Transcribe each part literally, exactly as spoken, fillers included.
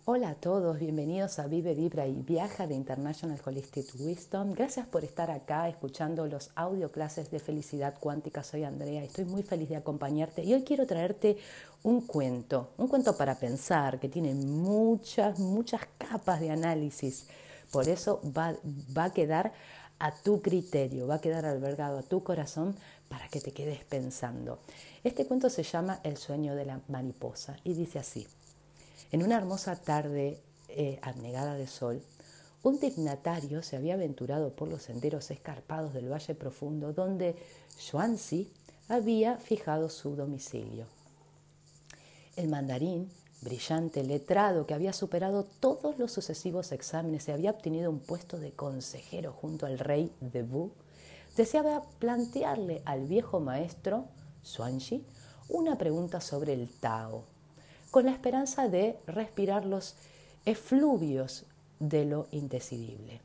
Hola a todos, bienvenidos a Vive, Vibra y Viaja de International Holistic Wisdom. Gracias por estar acá escuchando los audio clases de felicidad cuántica. Soy Andrea, estoy muy feliz de acompañarte y hoy quiero traerte un cuento, un cuento para pensar que tiene muchas, muchas capas de análisis. Por eso va, va a quedar a tu criterio, va a quedar albergado a tu corazón para que te quedes pensando. Este cuento se llama El sueño de la mariposa y dice así. En una hermosa tarde eh, anegada de sol, un dignatario se había aventurado por los senderos escarpados del Valle Profundo, donde Xuanzi había fijado su domicilio. El mandarín, brillante, letrado, que había superado todos los sucesivos exámenes y había obtenido un puesto de consejero junto al rey de Wu, deseaba plantearle al viejo maestro, Xuanzi, una pregunta sobre el Tao, con la esperanza de respirar los efluvios de lo indecidible.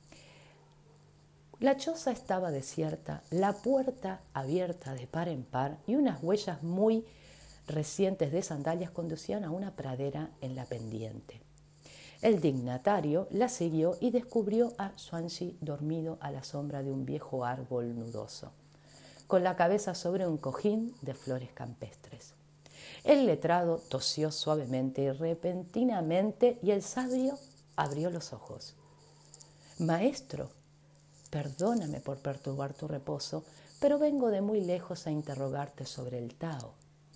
La choza estaba desierta, la puerta abierta de par en par y unas huellas muy recientes de sandalias conducían a una pradera en la pendiente. El dignatario la siguió y descubrió a Xuanzi dormido a la sombra de un viejo árbol nudoso, con la cabeza sobre un cojín de flores campestres. El letrado tosió suavemente y repentinamente y el sabio abrió los ojos. Maestro, perdóname por perturbar tu reposo, pero vengo de muy lejos a interrogarte sobre el Tao.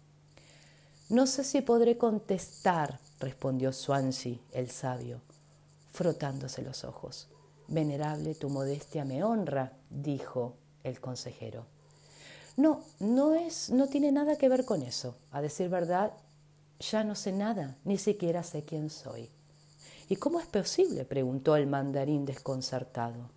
No sé si podré contestar, respondió Xuanzi, el sabio, frotándose los ojos. Venerable, tu modestia me honra, dijo el consejero. No, no es, no tiene nada que ver con eso. A decir verdad, ya no sé nada, ni siquiera sé quién soy. ¿Y cómo es posible?, preguntó el mandarín desconcertado.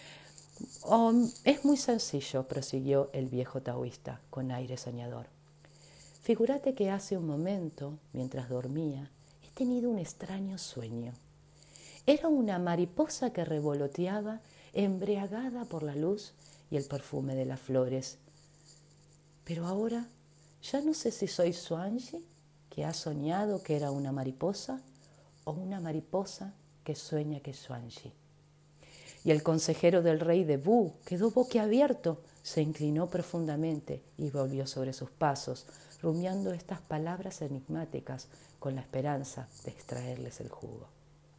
Oh, es muy sencillo, prosiguió el viejo taoísta con aire soñador. Figúrate que hace un momento, mientras dormía, he tenido un extraño sueño. Era una mariposa que revoloteaba, embriagada por la luz y el perfume de las flores. Pero ahora ya no sé si soy Xuanzi, que ha soñado que era una mariposa, o una mariposa que sueña que es Xuanzi. Y el consejero del rey de Wu quedó boquiabierto, se inclinó profundamente y volvió sobre sus pasos, rumiando estas palabras enigmáticas con la esperanza de extraerles el jugo.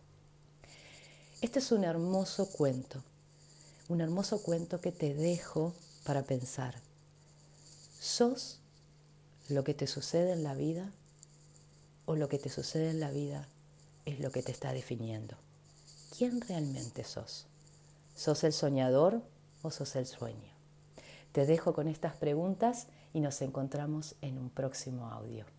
Este es un hermoso cuento, un hermoso cuento que te dejo para pensar. ¿Sos lo que te sucede en la vida o lo que te sucede en la vida es lo que te está definiendo? ¿Quién realmente sos? ¿Sos el soñador o sos el sueño? Te dejo con estas preguntas y nos encontramos en un próximo audio.